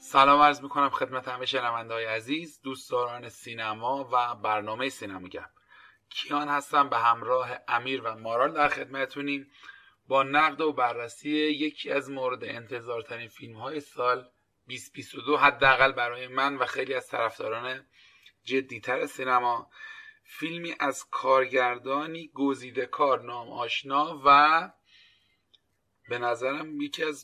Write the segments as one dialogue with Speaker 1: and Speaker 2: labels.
Speaker 1: سلام عرض میکنم خدمت همه شنونده‌های عزیز، دوستداران سینما و برنامه سینما گپ. کیان هستم به همراه امیر و مارال در خدمتتونیم با نقد و بررسی یکی از مورد انتظارترین فیلم‌های سال 2022، حداقل برای من و خیلی از طرفداران جدی‌تر سینما. فیلمی از کارگردانی گزیده کار، نام آشنا و به نظرم یکی از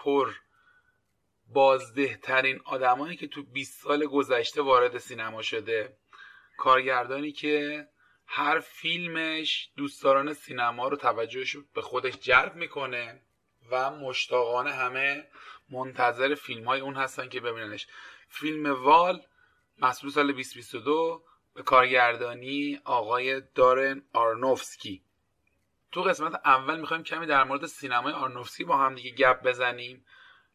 Speaker 1: بازده ترین آدمایی که تو 20 سال گذشته وارد سینما شده. کارگردانی که هر فیلمش دوستداران سینما رو توجهش به خودش جلب میکنه و مشتاقانه همه منتظر فیلم‌های اون هستن که ببیننش. فیلم وال محصول سال 2022 به کارگردانی آقای دارن آرونوفسکی. تو قسمت اول میخوایم کمی در مورد سینمای آرونوفسکی با هم دیگه گپ بزنیم،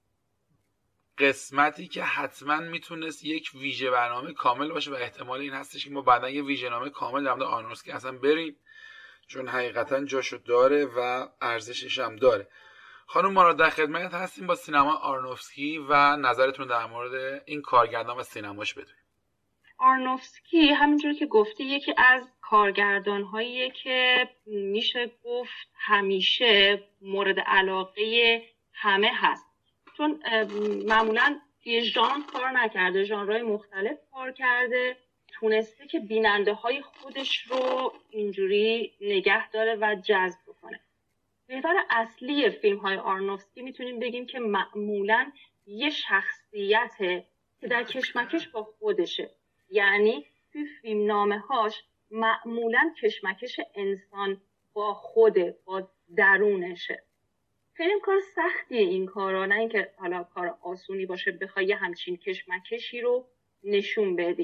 Speaker 1: قسمتی که حتما میتونست یک ویژه برنامه کامل باشه و احتمال این هستش که ما بعدا یه ویژه نامه کامل در مورد آرونوفسکی اصلا بریم، چون حقیقتا جاشو داره و ارزشش هم داره. خانم مارا در خدمت هستیم با سینما آرونوفسکی و نظرتون در مورد این کارگردان و سینماش بدونیم.
Speaker 2: آرونوفسکی همینجور که گفتی یکی از کارگردان‌هاییه که میشه گفت همیشه مورد علاقه همه هست، چون معمولاً یه ژانر کار نکرده، ژانرهای مختلف کار کرده، تونسته که بیننده‌های خودش رو اینجوری نگه داره و جذب کنه. محور اصلی فیلم‌های آرونوفسکی میتونیم بگیم که معمولاً یه شخصیته که در کشمکش با خودشه، یعنی توی فیلمنامه‌هاش معمولاً کشمکش انسان با با درونشه. خیلی کار سختیه این کارا، نه اینکه حالا کار آسونی باشه بخوای یه همچین کشمکشی رو نشون بدی.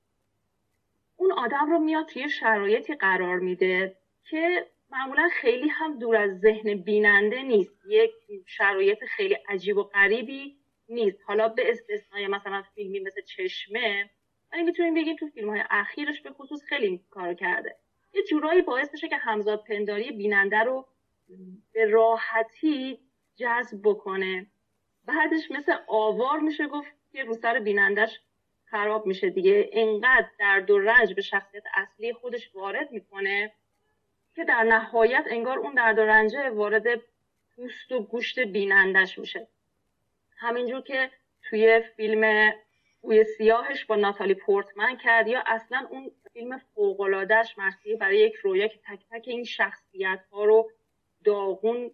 Speaker 2: اون آدم رو میاد توی شرایطی قرار میده که معمولا خیلی هم دور از ذهن بیننده نیست، یک شرایط خیلی عجیب و غریبی نیست. حالا به استثنای مثلا فیلمی مثل چشمه، ولی میتونیم بگیم تو فیلم‌های اخیرش به خصوص خیلی کار کرده، یه جورایی باعث بشه که همزاد پنداری بیننده رو به راحتی جذب بکنه. بعدش مثل آوار میشه گفت که رو سر بینندش خراب میشه دیگه، انقدر درد و رنج به شخصیت اصلی خودش وارد میکنه که در نهایت انگار اون درد و رنج وارد پوست و گوشت بینندش میشه. همینجور که توی فیلم روی سیاهش با ناتالی پورتمن کرد، یا اصلا اون فیلم فوق‌العاده‌اش مرثیه برای یک رویا که تک تک این شخصیت‌ها رو داغون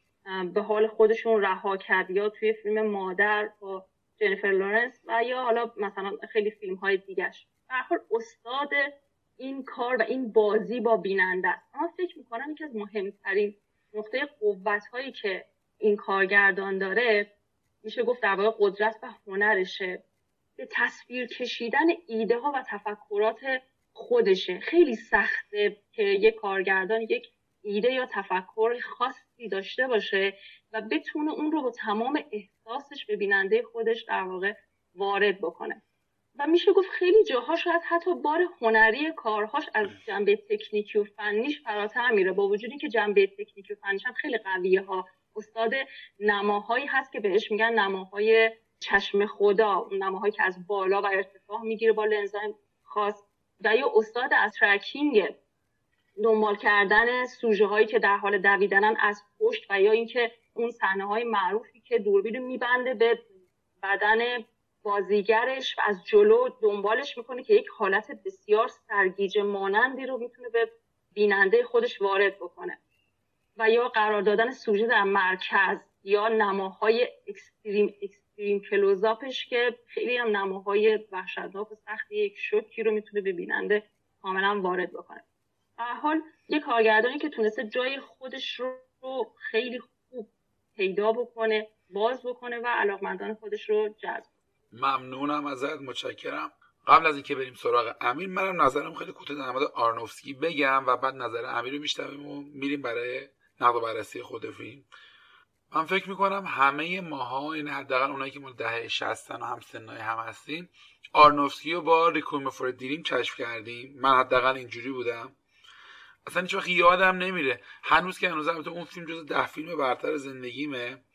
Speaker 2: به حال خودشون رها کرد، یا توی فیلم مادر با جنیفر لورنس، و یا حالا مثلا خیلی فیلم‌های دیگه‌اش. به هر حال استاد این کار و این بازی با بیننده است. اما فکر می‌کنم یکی از مهمترین نقطه قوت‌هایی که این کارگردان داره، میشه گفت در واقع قدرت و هنرشه، به تصویر کشیدن ایده ها و تفکرات خودشه. خیلی سخته که یک کارگردان یک ایده یا تفکر خاصی داشته باشه و بتونه اون رو با تمام احساسش به بیننده خودش در واقع وارد بکنه. و میشه گفت خیلی جاها شاید حتی بار هنری کارهاش از جنبه تکنیکی و فنیش فراتر میره، با وجودی که جنبه تکنیکی و فنیش هم خیلی قویه ها. استاد نماهایی هست که بهش میگن نماهای چشم خدا، اون نماهایی که از بالا و ارتفاع میگیره با لنزهای خاص، و یا استاد از ترکینگ، دنبال کردن سوژه هایی که در حال دویدنن از پشت، و یا اینکه اون صحنه های معروفی که دوربین رو میبنده به بدن بازیگرش و از جلو دنبالش میکنه که یک حالت بسیار سرگیجه مانندی رو میتونه به بیننده خودش وارد بکنه. و یا قرار دادن سوژه در مرکز، یا نماهای اکستریم کلوزاپش که خیلی هم نماهای وحشتناک و سختی، یک شوکی رو میتونه به بیننده کاملا وارد بکنه. به هر حال یک کارگردانی که تونسته جای خودش رو خیلی خوب پیدا بکنه، باز بکنه و علاقمندان خودش رو جذب.
Speaker 1: ممنونم ازت، متشکرم. قبل از اینکه بریم سراغ امیر، منم نظرم خیلی کوتاه در مورد آرونوفسکی بگم و بعد نظر امیر رو میشنویم و میریم برای نقد و بررسی خود فیلم. من فکر میکنم همه ماها، این حداقل اونایی که ما دهه 60 و هم سنای هم هستیم، آرونوفسکی رو با ریکویم فور دریم کشف کردیم. من حداقل اینجوری بودم، اصلا هیچ وقت یادم نمیره. هنوز که هنوز البته اون فیلم جز 10 فیلم برتر زندگیمه،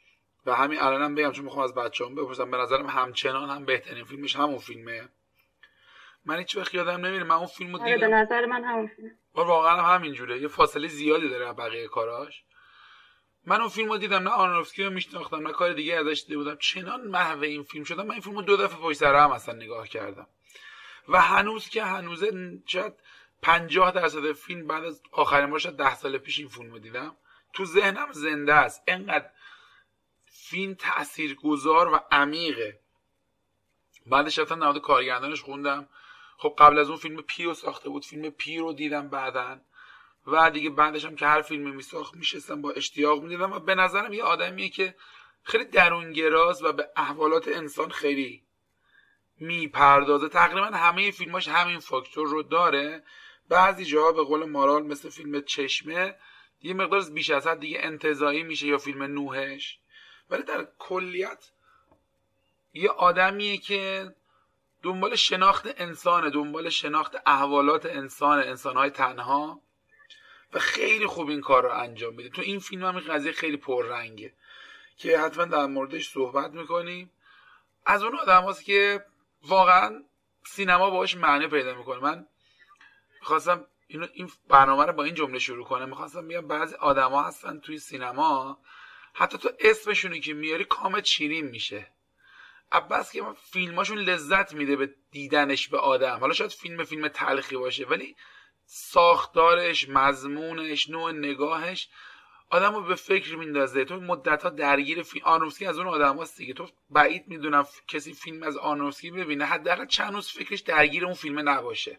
Speaker 1: و همین الانم بگم چون میخوام از بچه‌ام بپرسم، به نظرم همچنان هم بهترین فیلمش همون فیلمه. من هیچ وقت یادم نمیره من اون فیلمو دیدم.
Speaker 2: به نظر من همون فیلمه.
Speaker 1: واقعا همینجوره، یه فاصله زیادی داره از بقیه کاراش. من اون فیلمو دیدم، نه آرونوفسکی رو میشناختم نه کار دیگه ازش دیده بودم، چنان محو این فیلم شدم من این فیلمو 2 دفعه پشت سر هم اصلا نگاه کردم و هنوز که هنوزه شاید 50% فیلم بعد از آخرین بار شاید 10 سال پیش این فیلمو دیدم تو ذهنم زنده است. انقدر فیلم تاثیرگذار و عمیقه. بعدش رفتم در مورد کارگردانش خوندم. خب قبل از اون فیلم پیو ساخته بود، فیلم پی رو دیدم بعدن و دیگه بعدش هم که هر فیلمی میساخت میشستم با اشتیاق میدیدم و به نظرم یه آدمیه که خیلی درونگراز و به احوالات انسان خیلی میپردازه. تقریبا همه فیلماش همین فاکتور رو داره. بعضی جاها به قول مارال مثل فیلم چشمه یه مقدار بیش از حد دیگه انتزاعی میشه یا فیلم نوحش، ولی در کلیت یه آدمیه که دنبال شناخت انسانه، دنبال شناخت احوالات انسانهای تنها و خیلی خوب این کار رو انجام میده. تو این فیلم هم این قضیه خیلی پررنگه که حتما در موردش صحبت میکنیم. از اون آدم هاست که واقعا سینما باهاش معنی پیدا میکنه. من میخواستم این برنامه رو با این جمله شروع کنم. میخواستم بگم بعضی آدم ها هستن توی سینما حتی تو اسمشونی که میاری کامت شیرین میشه، بس که فیلماشون لذت میده به دیدنش به آدم. حالا شاید فیلم تلخی باشه ولی ساختارش، مضمونش، نوع نگاهش آدمو به فکر میندازه. تو مدت‌ها درگیر فیلم آرونوفسکی از اون آدماست دیگه. تو بعید میدونم کسی فیلم از آرونوفسکی ببینه حداقل چند روز فکرش درگیر اون فیلم نباشه.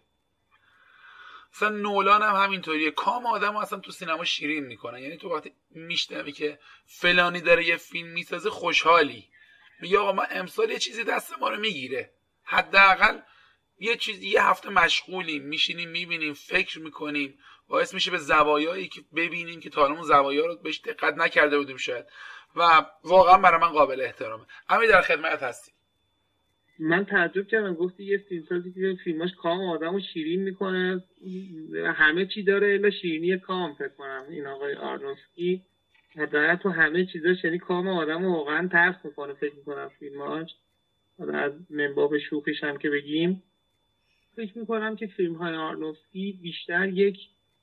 Speaker 1: مثلا نولان هم همینطوریه، کام آدمو اصلا تو سینما شیرین میکنه. یعنی تو وقتی میشنوی که فلانی داره یه فیلم میسازه خوشحالی، میگه آقا من امسال یه چیزی دست ما رو میگیره، حداقل یه هفته مشغولیم، میشینیم میبینیم، فکر میکنیم، باعث میشه به زوایایی که ببینیم که تا الان اون زوایا رو بهش دقت نکرده بودیم شاید، و واقعا برای من قابل احترامه. همین در خدمت هستی.
Speaker 3: من تعجب کردم گفتی یه فیلمسازی که فیلماش کام آدمو شیرین میکنه، همه چی داره الا شیرینی کام. فکر کنم این آقای آرونوفسکی حداقل تو همه چیزاش یعنی کام آدمو واقعا ترس میکنه. فکر میکنم فیلماش، از منباب شوخیش هم که بگیم، فکر میکنم که فیلم های آرونوفسکی بیشتر یک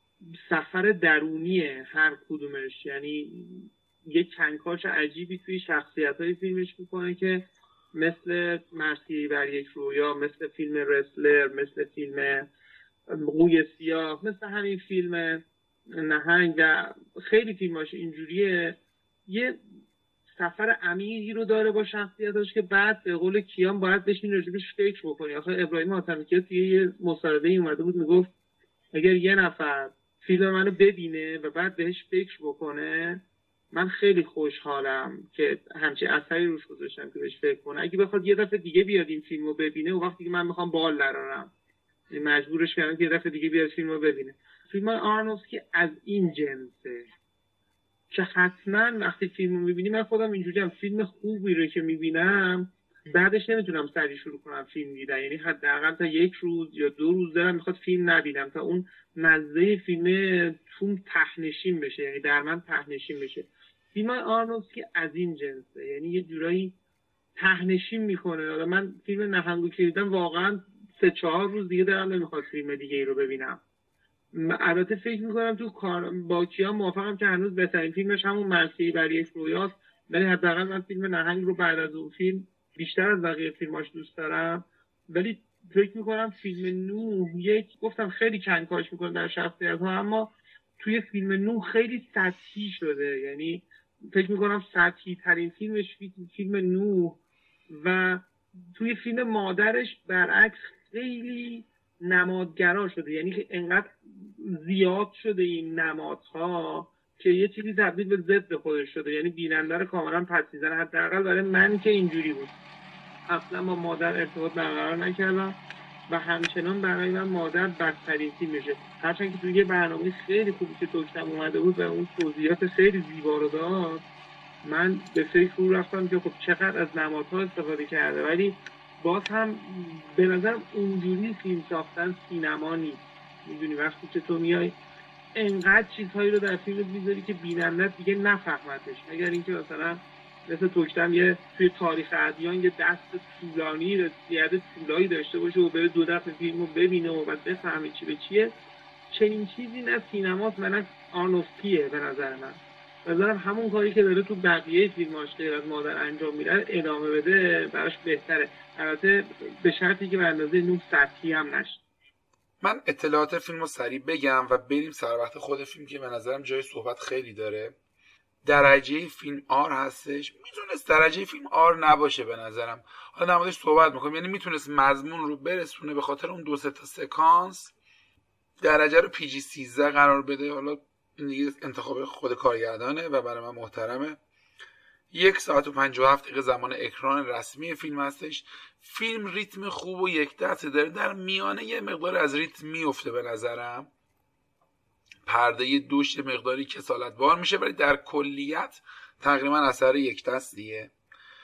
Speaker 3: سفر درونیه هر کدومش. یعنی یک کنکاش عجیبی توی شخصیت های فیلمش میکنه که مثل مرسی بر یک رویا، مثل فیلم رسلر، مثل فیلم قوی سیاه، مثل همین فیلم نهنگ و خیلی فیلماش اینجوریه. یه سفر عمیقی رو داره با شخصیتاش که بعد به قول کیان باید بشین راجبش فکر بکنی. آخه ابراهیم حاتمی‌کیا توی یه مصاحبه‌ای اومده بود میگفت اگر یه نفر فیلم منو ببینه و بعد بهش فکر بکنه من خیلی خوشحالم که همچین اثری روش گذاشتم که بهش فکر کنه. اگه بخواد یه دفعه دیگه بیاد این فیلمو ببینه و وقتی که من میخوام بال درارم مجبورش کردم که یه دفعه دیگه بیاد فیلمو ببینه. فیلم آرونوفسکی از این جنسه که حتما وقتی فیلمو میبینی، من خودم اینجوریم، فیلم خوبی رو که میبینم بعدش نمیتونم سریع شروع کنم فیلم دیدن. یعنی حداقل تا 1 روز یا 2 روز دارم میخواد فیلم نبینم تا اون مزه فیلم توم ته‌نشین بشه، یعنی در من ته‌نشین بشه. فیلم آرونوفسکی از این جنسه، یعنی یه جورایی ته‌نشین میکنه. من فیلم نهنگو که دیدم واقعا 3-4 روز دیگه دارم نمیخواد فیلم دیگه ای رو ببینم. البته فکر میکنم تو کار با کیا موافقم که هنوز بهترین فیلمش همون مرسی بر یک رویاست، ولی حداقل من فیلم نهنگ رو بعد از اون فیلم بیشتر از بقیه فیلماش دوست دارم. ولی فکر میکنم فیلم نو گفتم خیلی کنکاش میکنه در شخصیت‌ها، اما توی فیلم نو خیلی سطحی شده. یعنی فکر میکنم سطحی ترین فیلمش فیلم نو، و توی فیلم مادرش برعکس خیلی نمادگرا شده. یعنی انقدر زیاد شده این نمادها که یه چیزی تبدیل به ضد خودش شده. یعنی بیننده رو کاملا پس میزنه. حداقل برای من که اینجوری بود، اصلا با مادر ارتباط برقرار نکردم و همچنان برای من مادر بدترین فیلمشه. هرچند که توی یه برنامه خیلی خوبی که دکتر اومده بود و اون توضیحات خیلی زیبا رو داد، من به فکر رو رفتم که خب چقدر از نمادها استفاده کرده، ولی باز هم به نظر اونجوری فیلم ساختن سینما نیست. میدونی وقتی که تو میای انقدر چیزهایی رو در فیلم میذاری که بیننده دیگه نفهمتش، اگر اینکه مثلا مثل توکتم یه توی تاریخ ادیان یه دست طولانی رسیت طولایی داشته باشه و بره 2 دفعه فیلمو ببینه و بعد بفهمه چی به چیه. چنین چیزی نه سینماست و نه آرنوفسکیه به نظر من. نظرم همون کاری که داره تو بقیه فیلماش غیر از مادر انجام میده ادامه بده براش بهتره، البته به شرطی که به اندازه نوح سطحی هم نشه.
Speaker 1: من اطلاعات فیلمو سریع بگم و بریم سر وقت خود فیلم که به نظرم جای صحبت خیلی داره. درجه فیلم آر هستش. میتونست درجه فیلم آر نباشه به نظرم، حالا در موردش صحبت میکنم. یعنی میتونست مضمون رو برسونه به خاطر اون 2-3 تا سکانس درجه رو پیجی 13 قرار بده. حالا این دیگه انتخاب خود کارگردانه و برای من محترمه. 1 ساعت و 57 دقیقه زمان اکران رسمی فیلم هستش. فیلم ریتم خوب و یک دسته داره، در میانه یه مقدار از ریتم میفته به نظرم، پرده دوش مقداری کسالت‌بار میشه، ولی در کلیت تقریبا اثر یک دستیه.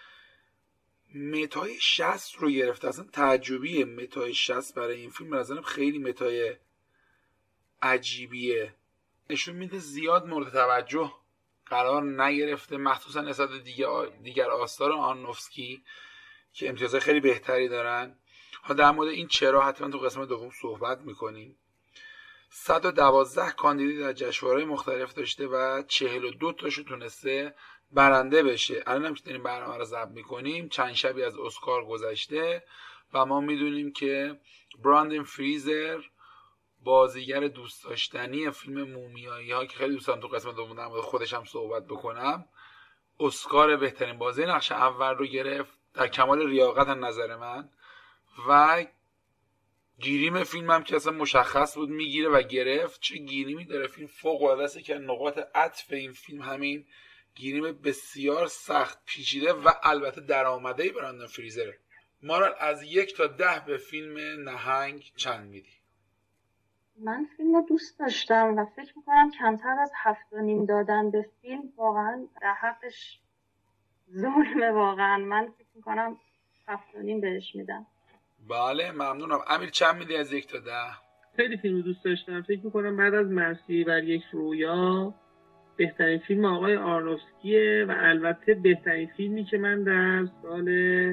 Speaker 1: متای 60 رو گرفته، اصلا تعجبیه متای 60 برای این فیلم. به نظرم خیلی متای عجیبیه، نشون میده زیاد مورد توجه قرار نگرفته، مخصوصا نسبت دیگر آثار آرنوفسکی که امتیازهای خیلی بهتری دارن. حالا در مورد این چرا حتما تو قسمت دوم صحبت میکنیم. 112 کاندیدی در جشنواره‌های مختلف داشته و 42 تاشو تونسته برنده بشه. الانم که داریم برنامه رو ضبط میکنیم چند شبی از اسکار گذشته و ما میدونیم که براندن فریزر، بازیگر دوست داشتنی فیلم مومیایی ها که خیلی دوست دارم تو قسمت دوم در مورد خودش هم صحبت بکنم، اسکار بهترین بازی نقش اول رو گرفت در کمال لیاقت از نظر من. و گیریم فیلم هم که اصلا مشخص بود میگیره و گرفت. چه گیریمی داره فیلم، فوق العاده است. که نقاط عطف این فیلم همین گیریم بسیار سخت پیچیده و البته درآمده براندن فریزره. مارال از 1 تا 10 به فیلم نهنگ چند میدی؟
Speaker 2: من فیلم رو دوست داشتم و فکر میکنم کمتر از 7.5 دادن به فیلم واقعا در حقش ظلمه. واقعا من فکر میکنم 7.5 بهش میدم.
Speaker 1: بله ممنونم. امیر چند میدی از 1 تا 10؟
Speaker 3: خیلی فیلم رو دوست داشتم. فکر میکنم بعد از مرسی بر یک رویا بهترین فیلم آقای آرنوفسکیه و البته بهترین فیلمی که من در سال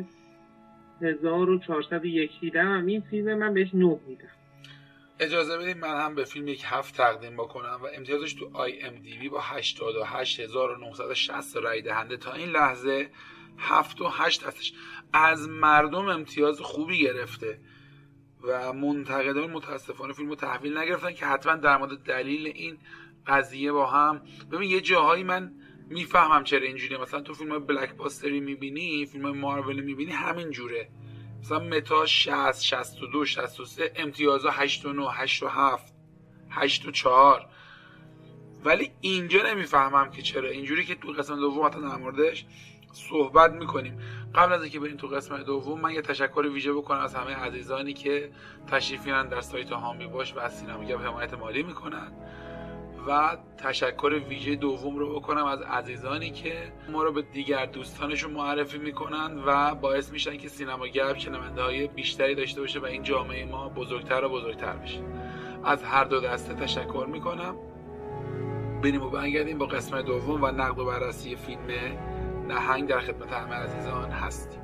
Speaker 3: 1401 دیدم هم این فیلم. من بهش 9 میدم.
Speaker 1: اجازه بدید من هم به فیلم 7 تقدیم بکنم و امتیازش تو IMDb با 88960 رای دهنده تا این لحظه 7.8 هستش. از مردم امتیاز خوبی گرفته و منتقدان متاسفانه فیلمو تحویل نگرفتن که حتما در مورد دلیل این قضیه با هم. ببین یه جاهایی من میفهمم چرا اینجوریه. مثلا تو فیلم بلک باستری میبینی، فیلم مارول میبینی همین جوره، مثلا متا 60 62 63 امتیازها 8.9 8.7 8.4. ولی اینجا نمیفهمم که چرا اینجوری که تو قسمت دوم حتی در موردش صحبت میکنیم. قبل از اینکه بریم تو قسمت دوم من یه تشکر ویژه بکنم از همه عزیزانی که تشریف میارن در سایت هامی باش و از سینما گپ حمایت مالی میکنن و تشکر ویژه دوم رو بکنم از عزیزانی که ما رو به دیگر دوستانشون معرفی میکنن و باعث میشن که سینما گپ شنونده‌های بیشتری داشته باشه و این جامعه ما بزرگتر و بزرگتر بشه. از هر دو دسته تشکر میکنم. بریم و برگردیم با قسمت دوم و نقد و بررسی فیلم نهنگ. در خدمت همه عزیزان هستیم.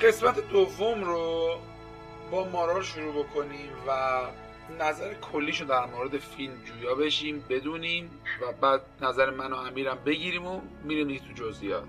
Speaker 1: قسمت دوم رو با مارال شروع بکنیم و نظر کلیشو در مورد فیلم جویا بشیم، بدونیم و بعد نظر من و امیرم بگیریم و میریم دیگه تو جزئیات.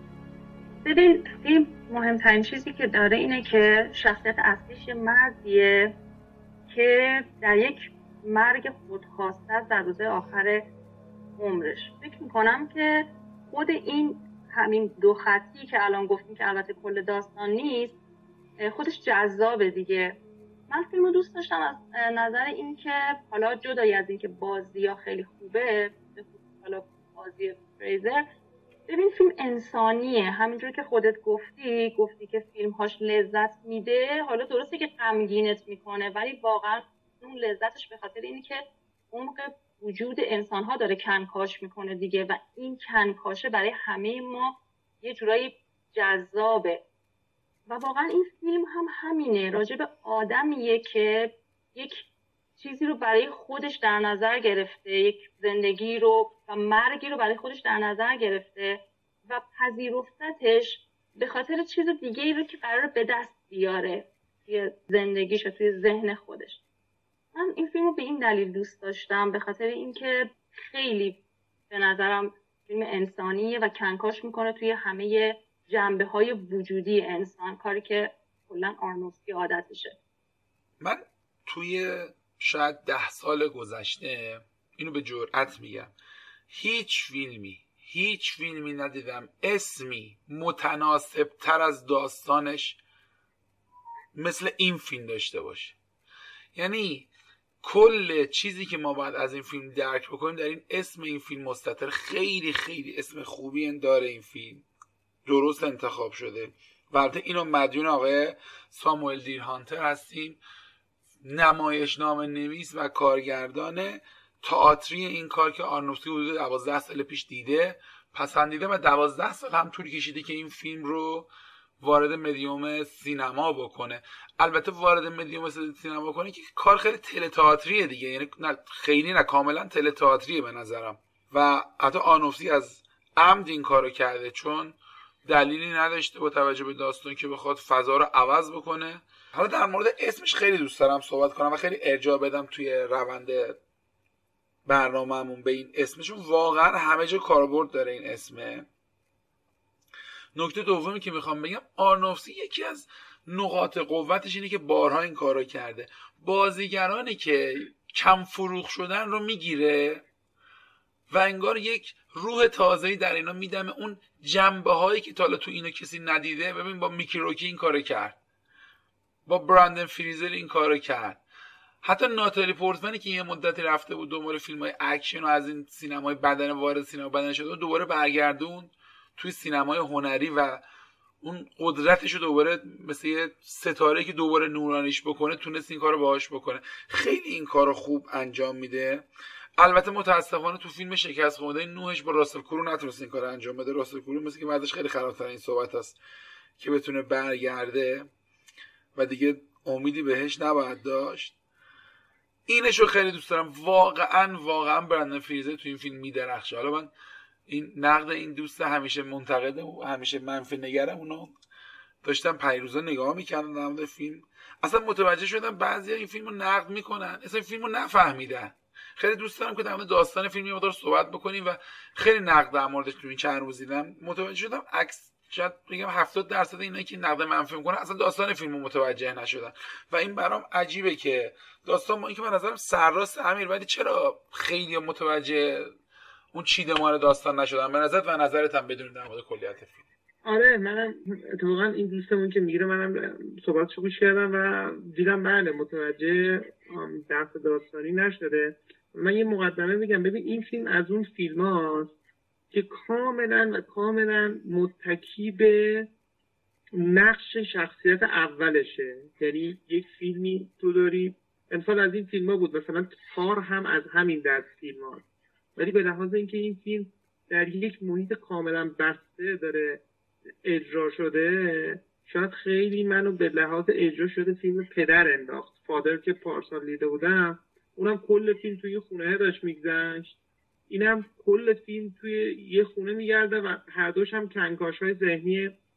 Speaker 2: ببین، فیلم مهمترین چیزی که داره اینه که شخصیت اصلیش مردیه که در یک مرگ خودخواسته است در روزهای آخر عمرش. فکر میکنم که خود این همین دو خطی که الان گفتیم که البته کل داستان نیست، خودش جذابه دیگه. من فیلمو دوست داشتم از نظر این که حالا جدای از این که بازی‌ها خیلی خوبه، حالا بازی فریزر، ببین فیلم انسانیه. همینجور که خودت گفتی که فیلم‌هاش لذت میده. حالا درسته که غمگینت میکنه، ولی واقعا اون لذتش به خاطر اینه که عمق وجود انسان‌ها داره کنکاش میکنه دیگه، و این کنکاشه برای همه ما یه جورایی جذابه. و واقعا این فیلم هم همینه، راجع به آدمیه که یک چیزی رو برای خودش در نظر گرفته، یک زندگی رو و مرگی رو برای خودش در نظر گرفته و پذیرفتش به خاطر چیز دیگه ای رو که قراره به دست بیاره توی زندگیش و توی ذهن خودش. من این فیلم رو به این دلیل دوست داشتم، به خاطر اینکه خیلی به نظرم فیلم انسانیه و کنکاش میکنه توی همه جنبه‌های وجودی انسان، کاری که کلاً آرنوفسکی عادتشه.
Speaker 1: من توی شاید 10 سال گذشته اینو به جرئت میگم، هیچ فیلمی ندیدم اسمی متناسب تر از داستانش مثل این فیلم داشته باشه. یعنی کل چیزی که ما باید از این فیلم درک بکنیم در این اسم این فیلم مستتر. خیلی خیلی اسم خوبی داره این فیلم، درست انتخاب شده و البته اینو مدیون آقای ساموئل دیر هانتر هستیم، نمایشنامه نویس و کارگردان تئاتری این کار که آرنوفسکی حدود 12 سال پیش دیده، پسندیده و 12 سال هم طول کشیده که این فیلم رو وارد مدیوم سینما بکنه. البته وارد مدیوم سینما بکنه که کار خیلی تئاتریه دیگه، یعنی خیلی نه کاملا تئاتریه به نظرم. و حتی آرنوفسکی از عمد این کارو کرده چون دلیلی نداشته با توجه به داستان که بخواد فضا رو عوض بکنه. حالا در مورد اسمش خیلی دوست دارم صحبت کنم و خیلی ارجاع بدم توی روند برنامه‌مون به این اسمشون، واقعا همه جا کاربرد داره این اسمه. نکته دومی که میخوام بگم، آرنوفسکی یکی از نقاط قوتش اینه که بارها این کارو کرده، بازیگرانی که کم فروغ شدن رو میگیره و انگار یک روح تازه‌ای در اینا میدمه، اون جنبه هایی که تا حالا تو اینو کسی ندیده. ببین با میکی روکی این کارو کرد، با براندن فریزر این کارو کرد، حتی ناتالی پورتمنی که یه مدتی رفته بود دنبال فیلم‌های اکشن و از این سینمای بدن وارد سینما بدن شده و دوباره برگردون توی سینمای هنری و اون قدرتش رو دوباره مثل یه ستاره که دوباره نورانیش بکنه تونست این کارو باهاش بکنه. خیلی این کارو خوب انجام میده. البته متاسفانه تو فیلم شکست خورده نوحش با راسل کرو نتونست این کارو انجام بده. راسل کرو مثل که بعدش خیلی خرابتر این صحبت هست که بتونه برگرده و دیگه امیدی بهش نباید داشت. اینشو خیلی دوست دارم، واقعا برندن فریزر تو این فیلم میدرخشه. حالا من این نقد این دوست همیشه منتقده و همیشه منفی نگرم اونو داشتم پیروزا نگاه میکردم در مورد فیلم، اصلا متوجه شدم بعضیا این فیلمو نقد میکنن اصلا فیلمو نفهمیدن. خیلی دوست دارم که در مورد داستان فیلم یه مقدار صحبت بکنیم و خیلی نقد در موردش تو این چند روز دیدم، متوجه شدم شاید بگم 70% اینایی که نقد منفی میکنن اصلا داستان فیلمو متوجه نشدن و این برام عجیبه که داستان ما این که من نظرم سرراست امیر، ولی چرا خیلی متوجه اون چیدمان داستان نشدن به نظرت و نظرت هم بدونید در مورد کلیت فیلم؟
Speaker 3: آره منم اتفاقا این دوستمون که میگیره منم صحبتشو گوش کردم و دیدم بله متوجه درس داستانی نشده. من یه مقدمه میگم، ببین این فیلم از اون فیلم هاست که کاملا متکی به نقش شخصیت اولشه. یعنی یک فیلمی تو داری امثال از این فیلم ها بود، مثلا تار هم از همین دست فیلم هاست، ولی به لحاظ اینکه این فیلم در یک محیط کاملا بسته داره اجرا شده، شاید خیلی منو به لحاظ اجرا شده فیلم پدر انداخت. فادر که پارسال دیده بودم، اونم کل فیلم توی خونه داشت میگذشت، اینم کل فیلم توی یه خونه میگرده و هر دوش هم کنکاش‌های ذهنی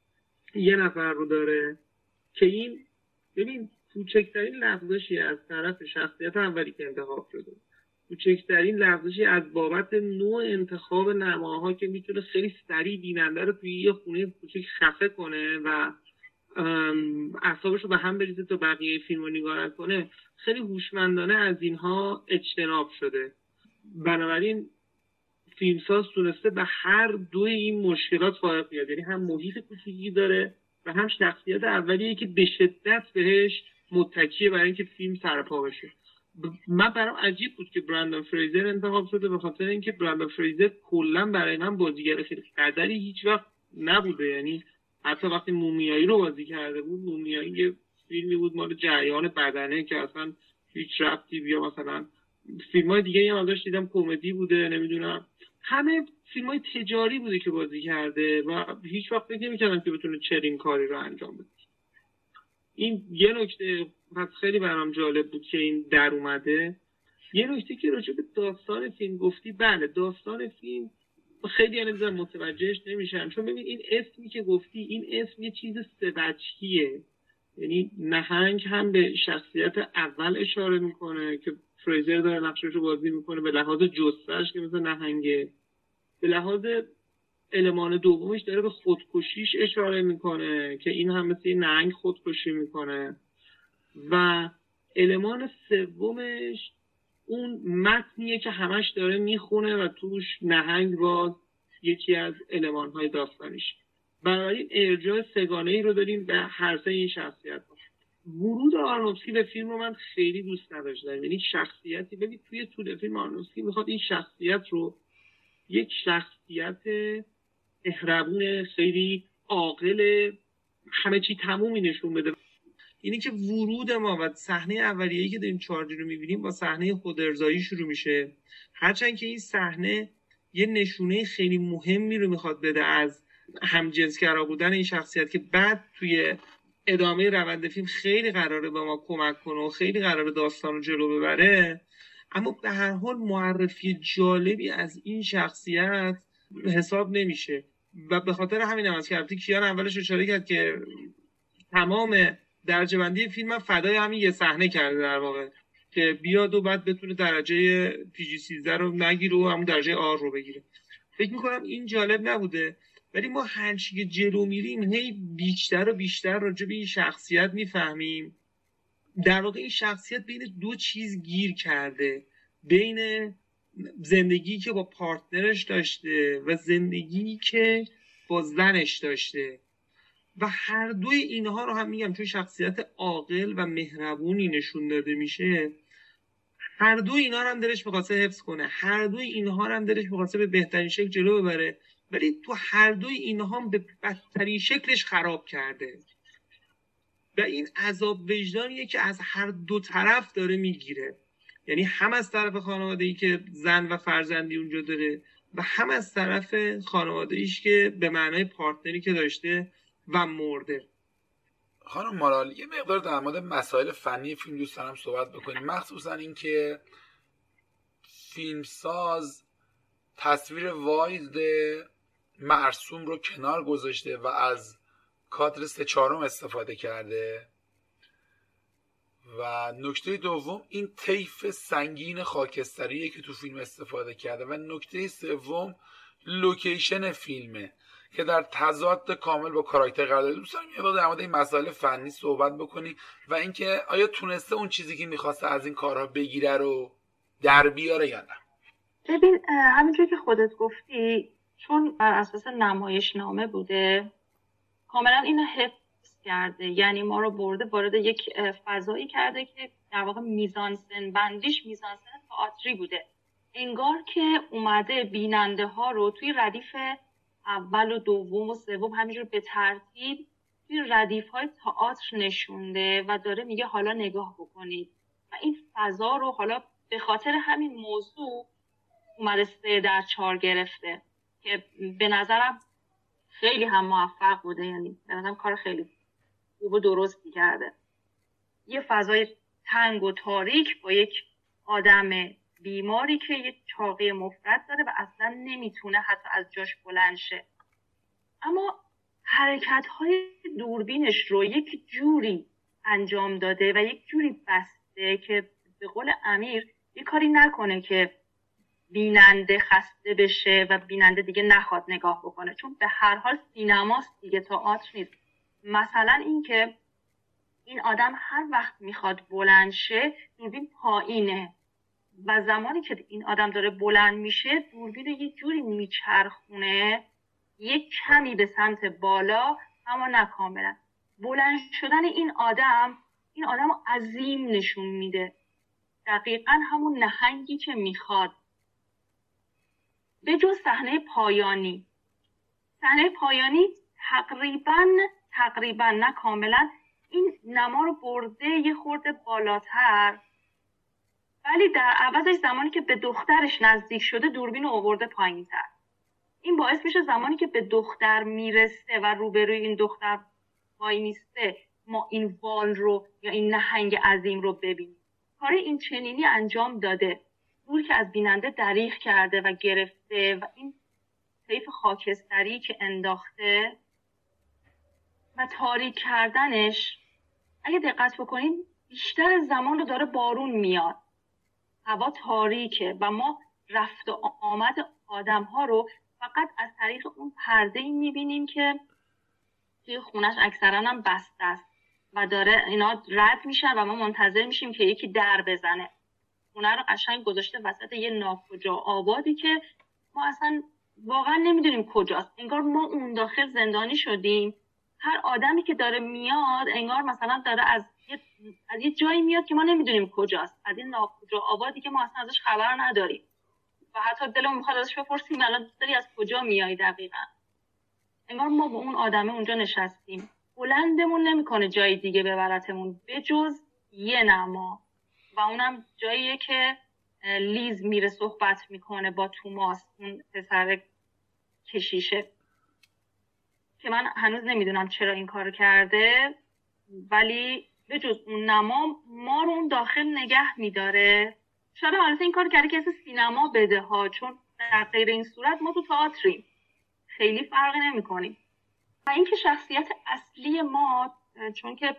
Speaker 3: یه نفر رو داره که این ببین کوچکترین لغزشی از طرف شخصیت اولی که انتخاب شده، کوچکترین لغزشی از بابت نوع انتخاب نماها که میتونه خیلی سریع بیننده رو توی یه خونه کوچیک خفه کنه و اعصابش رو به هم بریزه تا بقیه فیلم رو نگاه نکنه، خیلی هوشمندانه از اینها اجتناب شده. بنابراین فیلمساز تونسته به هر دوی این مشکلات فائق بیاد، یعنی هم محیط کوچیکی داره و هم شخصیت اولیه که به شدت بهش متکیه برای اینکه فیلم سرپا بشه. من برام عجیب بود که براندون فریزر انتخاب شده، به خاطر اینکه براندون فریزر کلا برای من بازیگر خیلی قدری هیچ وقت نبوده. یعنی حتی وقتی مومیایی رو بازی کرده بود، مومیایی یه فیلمی بود مال جریان بدنه که اصلا هیچ ربطی، بیا مثلا فیلم‌های دیگه هم ازش دیدم کمدی بوده، نمیدونم همه فیلم‌های تجاری بوده که بازی کرده و هیچ وقت فکر نمی‌کردم که بتونه چنین کاری رو انجام بده. این یه نکته پس خیلی برام جالب بود که این در اومده. یه نکته که راجع به داستان فیلم گفتی، بله داستان فیلم خیلی نمی‌دونم متوجهش نمیشن، چون ببین این اسمی که گفتی، این اسم یه چیز سه‌وجهیه. یعنی نهنگ هم به شخصیت اول اشاره میکنه که فریزر داره نقشش رو بازی میکنه، به لحاظ جثه‌اش که مثل نهنگه، به لحاظ المان دومش داره به خودکشیش اشاره میکنه که این هم مثل نهنگ خودکشی میکنه، و المان سومش اون متنیه که همش داره میخونه و توش نهنگ باز یکی از المانهای داستانیش. بنابراین ارجاع سگانه‌ای رو داریم به هر سه این شخصیت. ورود آرنوفسکی به فیلم رو من خیلی دوست نداشتم. یعنی شخصیتی ببین توی طول فیلم آرنوفسکی میخواد این شخصیت رو یک شخصیت مهربون خیلی عاقل همه چی تمومی نشون بده. اینی که ورود ما و صحنه اولیه‌ای که داریم چارلی رو می‌بینیم با صحنه خودارضایی شروع میشه، هرچند که این صحنه یه نشونه خیلی مهمی رو میخواد بده از همجنسگرا بودن این شخصیت که بعد توی ادامه روند فیلم خیلی قراره به ما کمک کنه و خیلی قراره داستان رو جلو ببره، اما به هر حال معرفی جالبی از این شخصیت حساب نمیشه و به خاطر همین هم از که البته کیان اولش اشاره کرد که تمام درجه بندی فیلم فدای همین یه صحنه کرده در واقع که بیاد و بعد بتونه درجه PG-13 رو نگیره و همون درجه آر رو بگیره. فکر میکنم این جالب نبوده، ولی ما هرچی که جلو میریم هی بیشتر و بیشتر راجع به این شخصیت میفهمیم. در واقع این شخصیت بین دو چیز گیر کرده، بین زندگی که با پارتنرش داشته و زندگی که با زنش داشته و هر دوی اینها رو هم میگم چون شخصیت عاقل و مهربونی نشون داده میشه، هر دوی اینها رو هم دلش می‌خواسته حفظ کنه، هر دوی اینها رو هم دلش می‌خواسته به بهترین شکل جلو ببره، ولی تو هر دوی اینها هم به بدترین شکلش خراب کرده و این عذاب وجدانیه که از هر دو طرف داره میگیره. یعنی هم از طرف خانواده‌ای که زن و فرزندی اونجا داره و هم از طرف خانواده‌ایش که به معنای پارتنری که داشته و مرده.
Speaker 1: خانم مارال یه مقدار در مورد مسائل فنی فیلم دوست دارم صحبت بکنیم، مخصوصا این که فیلمساز تصویر واید مرسوم رو کنار گذاشته و از کادر 3/4 استفاده کرده و نکته دوم این طیف سنگین خاکستریه که تو فیلم استفاده کرده و نکته سوم لوکیشن فیلمه که در تضاد کامل با کاراکتر قرار داره. دوست دارم یه وقت در مورد این مسائل فنی صحبت بکنی و اینکه آیا تونسته اون چیزی که میخواسته از این کارها بگیره رو در بیاره یا نه.
Speaker 2: ببین همینجور که خودت گفتی چون بر اساس نمایشنامه بوده کاملا اینو حفظ کرده، یعنی ما رو برده وارد یک فضایی کرده که در واقع میزانسن بندیش میزانسن تئاتری بوده، انگار که اومده بیننده ها رو توی ردیف اول و دوم و سوم همینجور به ترتیب توی ردیف های تئاتر نشونده و داره میگه حالا نگاه بکنید و این فضا رو حالا به خاطر همین موضوع اومده 3/4 گرفته که به نظرم خیلی هم موفق بوده، یعنی به نظرم کار خیلی خوب و درستی کرده. یه فضای تنگ و تاریک با یک آدم بیماری که یه چاقی مفرط داره و اصلا نمیتونه حتی از جاش بلند شه، اما حرکت‌های دوربینش رو یک جوری انجام داده و یک جوری بسته که به قول امیر یک کاری نکنه که بیننده خسته بشه و بیننده دیگه نخواد نگاه بکنه، چون به هر حال سینماست دیگه، تئاتر نیست. مثلا این که این آدم هر وقت میخواد بلند شه دوربین پایینه و زمانی که این آدم داره بلند میشه دوربین رو یک جوری میچرخونه یک کمی به سمت بالا اما نه کاملا. بلند شدن این آدم رو عظیم نشون میده، دقیقاً همون نهنگی که میخواد. به جز صحنه پایانی تقریباً نه کاملا این نما رو برده یه خورده بالاتر، ولی در عوضش زمانی که به دخترش نزدیک شده دوربین رو آورده پایین‌تر. این باعث میشه زمانی که به دختر میرسه و روبروی این دختر وای میسته ما این وال رو یا این نهنگ عظیم رو ببینیم. کار این چنینی انجام داده، دور که از بیننده دریغ کرده و گرفته و این طیف خاکستری که انداخته و تاریک کردنش. اگه دقت بکنین بیشتر زمان رو داره بارون میاد، هوا تاریکه و ما رفت و آمد آدم ها رو فقط از طریق اون پرده‌ای میبینیم که توی خونش اکثرا هم بسته است و داره اینا رد میشن و ما منتظر میشیم که یکی در بزنه. خونه رو قشنگ گذاشته وسط یه ناکجا آبادی که ما اصلا واقعا نمیدونیم کجاست. انگار ما اون داخل زندانی شدیم. هر آدمی که داره میاد انگار مثلا داره از یه جایی میاد که ما نمیدونیم کجاست، از این ناکجا آبادی که ما اصلا ازش خبر نداریم و حتی دلمون میخواد ازش بپرسیم الان داری از کجا میای دقیقاً. انگار ما با اون آدمه اونجا نشستیم، بلندمون نمیکنه جای دیگه ببرتمون به جز یه نما و اونم جاییه که لیز میره صحبت میکنه با توماس، اون پسر کشیشه که من هنوز نمیدونم چرا این کارو کرده، ولی به جز اون نما ما رو اون داخل نگه میداره. شاید البته این کار کرده که اسم سینما بده ها، چون در غیر این صورت ما تو تئاتریم، خیلی فرقی نمی‌کنیم. و اینکه شخصیت اصلی ما چون که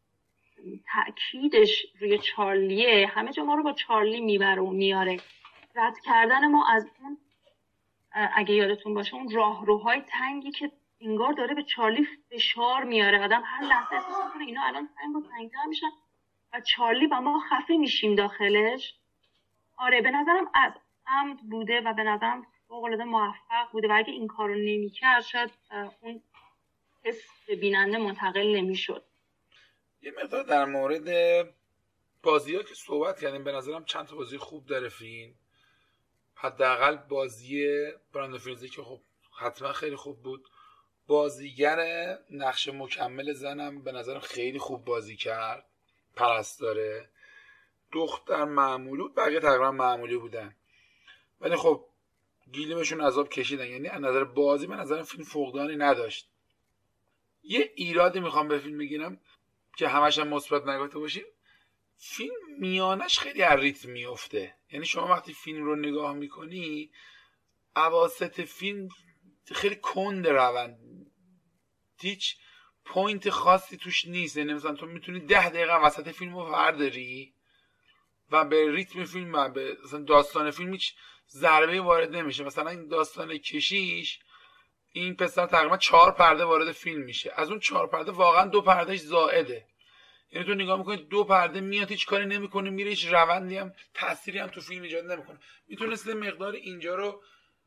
Speaker 2: تأکیدش روی چارلیه، همه جا ما رو با چارلی میبره و میاره. رد کردن ما از اون، اگه یادتون باشه، اون راهروهای تنگی که انگار داره به چارلی فشار میاره. آدم هر لحظه احساس میکنه اینا الان تنگ و تنگ‌تر میشن و چارلی و ما خفه میشیم داخلش. آره به نظرم از عمد بوده و به نظرم فوق‌العاده موفق بوده و اگه این کارو نمی‌کرد شاید اون حس به بیننده منتقل نمی‌شد.
Speaker 1: یه مقدار در مورد بازی‌ها که صحبت کردیم، به نظرم چند تا بازی خوب داره فیلم. حداقل بازی براندون فریزی که خب حتما خیلی خوب بود. بازیگر نقش مکمل زنم به نظرم خیلی خوب بازی کرد، پرستاره. دختر معمولی بود، بقیه تقریبا معمولی بودن ولی خب گیلیمشون عذاب کشیدن. یعنی از نظر بازی من نظرم فیلم فقدانی نداشت. یه ایرادی میخوام به فیلم بگیرم که همش هم مثبت نگاته باشیم، فیلم میانش خیلی از ریتم میفته. یعنی شما وقتی فیلم رو نگاه میکنی اواسط فیلم خیلی کند روند، هیچ پوینت خاصی توش نیست. یعنی مثلا تو میتونی 10 دقیقه وسط فیلم رو ورداری و به ریتم فیلم و به داستان فیلم هیچ ضربه وارد نمیشه. مثلا این داستان کشیش، این پسر تقریبا 4 پرده وارد فیلم میشه، از اون 4 پرده واقعا 2 پردهش زائده. یعنی تو نگاه میکنی 2 پرده میاد هیچ کاری نمیکنه میره، هیچ روندی هم تأثیری هم تو فیلم ایجاد نمیکنه. میتونسته مقدار اینجا رو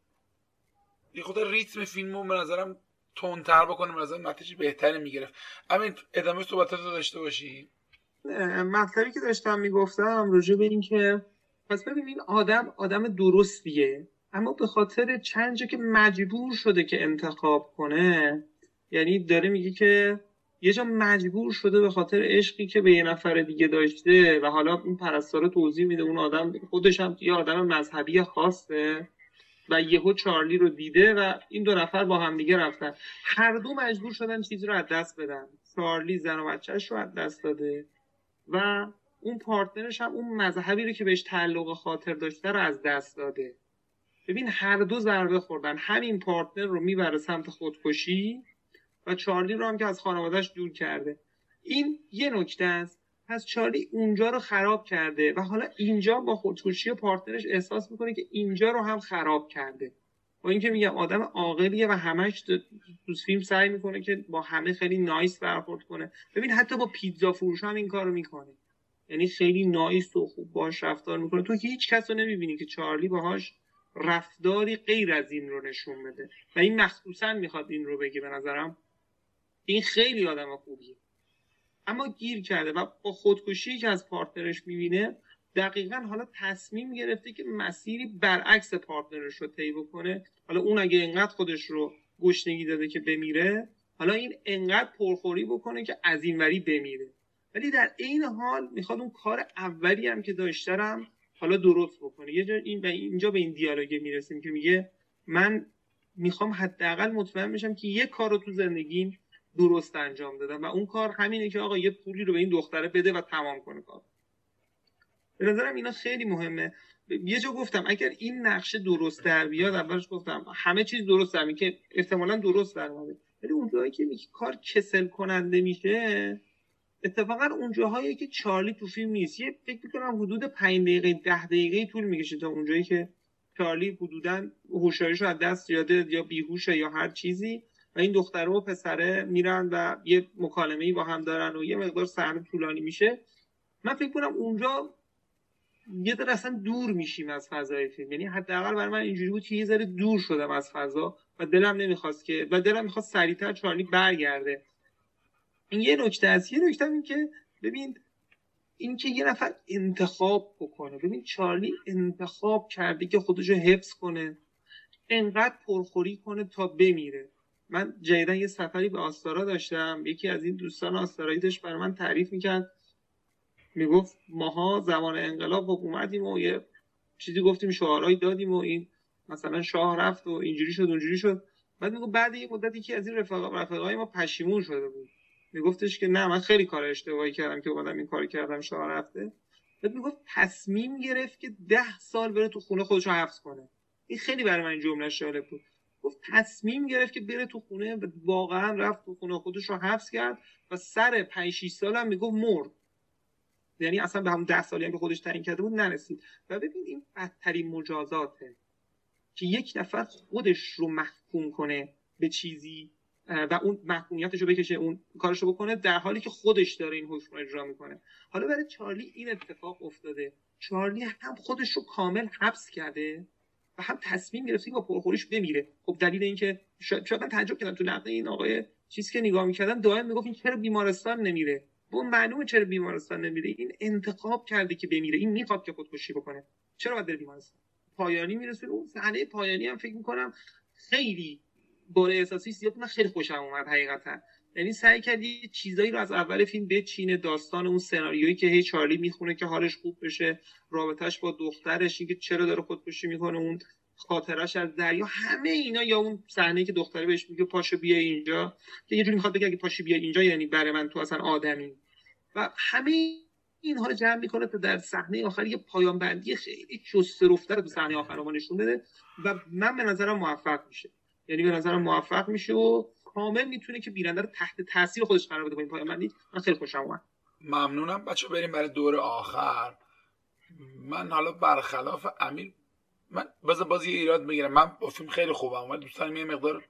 Speaker 1: یه خود ریتم فیلمو به نظرم تندتر بکنه، به نظرم نتیجه بهتری میگرفت. همین ادامه صحبتاتو داشته باشی.
Speaker 3: مطلبی که داشتم میگفتم راجع به این که پس ببین این آدم درستیه، اما به خاطر چند جا که مجبور شده که انتخاب کنه، یعنی داره میگه که یه جا مجبور شده به خاطر عشقی که به یه نفر دیگه داشته و حالا این پرستاره توضیح میده اون آدم خودش هم یه آدم مذهبی خاصه و یهو چارلی رو دیده و این 2 نفر با هم دیگه رفتن، هر دو مجبور شدن چیزی رو از دست بدن. چارلی زن و بچه‌اش رو از دست داده و اون پارتنرش هم اون مذهبی رو که بهش تعلق خاطر داشته رو از دست داده. ببین هر دو ضربه خوردن، همین پارتنر رو میبره سمت خودکشی و چارلی رو هم که از خانواده‌اش دور کرده. این یه نکته است. پس چارلی اونجا رو خراب کرده و حالا اینجا با خودکشی پارتنرش احساس میکنه که اینجا رو هم خراب کرده. با اینکه میگم آدم عاقلیه و همش تو فیلم سعی میکنه که با همه خیلی نایس برخورد کنه. ببین حتی با پیتزا فروش هم این کارو میکنه، یعنی خیلی نایس و خوب باهاش رفتار میکنه. تو هیچ کس رو نمیبینی که چارلی باهاش رفتاری غیر از این رو نشون بده و این مخصوصا میخواد این رو بگه. به نظرم این خیلی آدم خوبیه، اما گیر کرده و با خودکشی که از پارتنرش میبینه دقیقاً حالا تصمیم گرفته که مسیری برعکس پارتنرش رو طی بکنه. حالا اون اگه انقدر خودش رو گشنگی داده که بمیره، حالا این انقدر پرخوری بکنه که از این وری بمیره، ولی در این حال میخواد اون کار اولی هم که داشتم حالا درست بکنه. یه جا اینجا به این دیالوگ میرسیم که میگه من میخوام حداقل مطمئن بشم که یه کار رو تو زندگیم درست انجام دادم و اون کار همینه که آقا یه پولی رو به این دختره بده و تمام کنه کار. به نظرم اینا خیلی مهمه. یه جا گفتم اگر این نقشه درست در بیاد، اولش گفتم همه چیز درست در میاد که احتمالاً درست در میاد، ولی اون جایی که کار کسل کننده میشه اتفاقا اون جاهایی که چارلی تو فیلم نیست. یه فکر می‌کنم حدود 5 دقیقه 10 دقیقه طول میکشه تا اون جایی که چارلی حدوداً هوشیاریش رو از دست داده یا بیهوشه یا هر چیزی و این دختره و پسره میرن و یه مکالمه‌ای با هم دارن و یه مقدار صحنه طولانی میشه. من فکر کنم اونجا یه ذره اصلا دور میشیم از فضای فیلم، یعنی حداقل برای من اینجوری بود که یه ذره دور شدم از فضا و دلم میخواست سریعتر چارلی برگرده. این یه نکته است. یه نکته این که ببین این که یه نفر انتخاب بکنه، ببین چارلی انتخاب کرده که خودشو حفظ کنه، انقدر پرخوری کنه تا بمیره. من جدیدن یه سفری به آستارا داشتم، یکی از این دوستان آستارایی داشت برای من تعریف میکرد، میگفت ماها زمان انقلاب اومدیم و یه چیزی گفتیم شعارهایی دادیم و این مثلا شاه رفت و اینجوری شد اونجوری شد. بعد میگفت بعد یه مدتی که از این رفقای ما پشیمون شده بود، میگفتش که نه من خیلی کار اشتباهی کردم که اومدم این کارو کردم شاه رفته. بعد میگفت تصمیم گرفت که 10 سال بره تو خونه خودش رو حبس کنه. این خیلی برای من این جمله جالب بود. گفت تصمیم گرفت که بره تو خونه و واقعا رفت تو خونه خودش رو حبس کرد و سر 5 6 سال هم میگفت مرد، یعنی اصلا به همون 10 سالی هم که خودش تعیین کرده بود نرسید. و ببین این بدترین مجازاته که یک نفر خودش رو محکوم کنه به چیزی و اون محکومیتش رو بکشه، اون کارش رو بکنه در حالی که خودش داره این حکم رو اجرا میکنه. حالا برای چارلی این اتفاق افتاده، چارلی هم خودش رو کامل حبس کرده و هم تصمیم گرفته که با پرخوریش بمیره. خب دلیل این که شاید من تعجب کردم تو نقد این آقای چیزی که نگاه میکردم دائم میگفت این چرا بیمارستان نمیره. اون معلومه چرا بیمارستان نمیره، این انتخاب کرده که بمیره، این میخواد که خودکشی بکنه، چرا باید بره بیمارستان؟ پایانی میرسه. اون صحنه پایانی هم فکر میکنم خیلی باره احساسی زیاد، من خیلی خوشم اومد حقیقتا. یعنی سعی کرد یه چیزایی رو از اول فیلم بچینه، داستان اون سناریویی که هی چارلی میخونه که حالش خوب بشه، رابطهش با دخترش، اینکه چرا داره خودکشی میکنه، اون خاطرش از دریا، همه اینا، یا اون صحنه‌ای که دختره بهش میگه پاشو بیا اینجا، که یه جوری میخواد بگه اگه پاشو بیا اینجا یعنی برای من تو اصلا آدمی، و همه اینها رو جمع میکنه تا در صحنه آخر یه پایان بندی خیلی چسته رفته رو تو صحنه آخر ما نشون بده و من به نظرم موفق میشه. یعنی به نظرم موفق میشه و کامل میتونه که بیننده رو تحت تاثیر خودش قرار بده با این پایان بندی. من خیلی خوشم اومد.
Speaker 1: ممنونم. بچه بریم برای دور آخر. من حالا برخلاف امیر، من باز یه ایراد بگیرم، من با فیلم خیلی خوبم ولی دوست دارم یه مقدار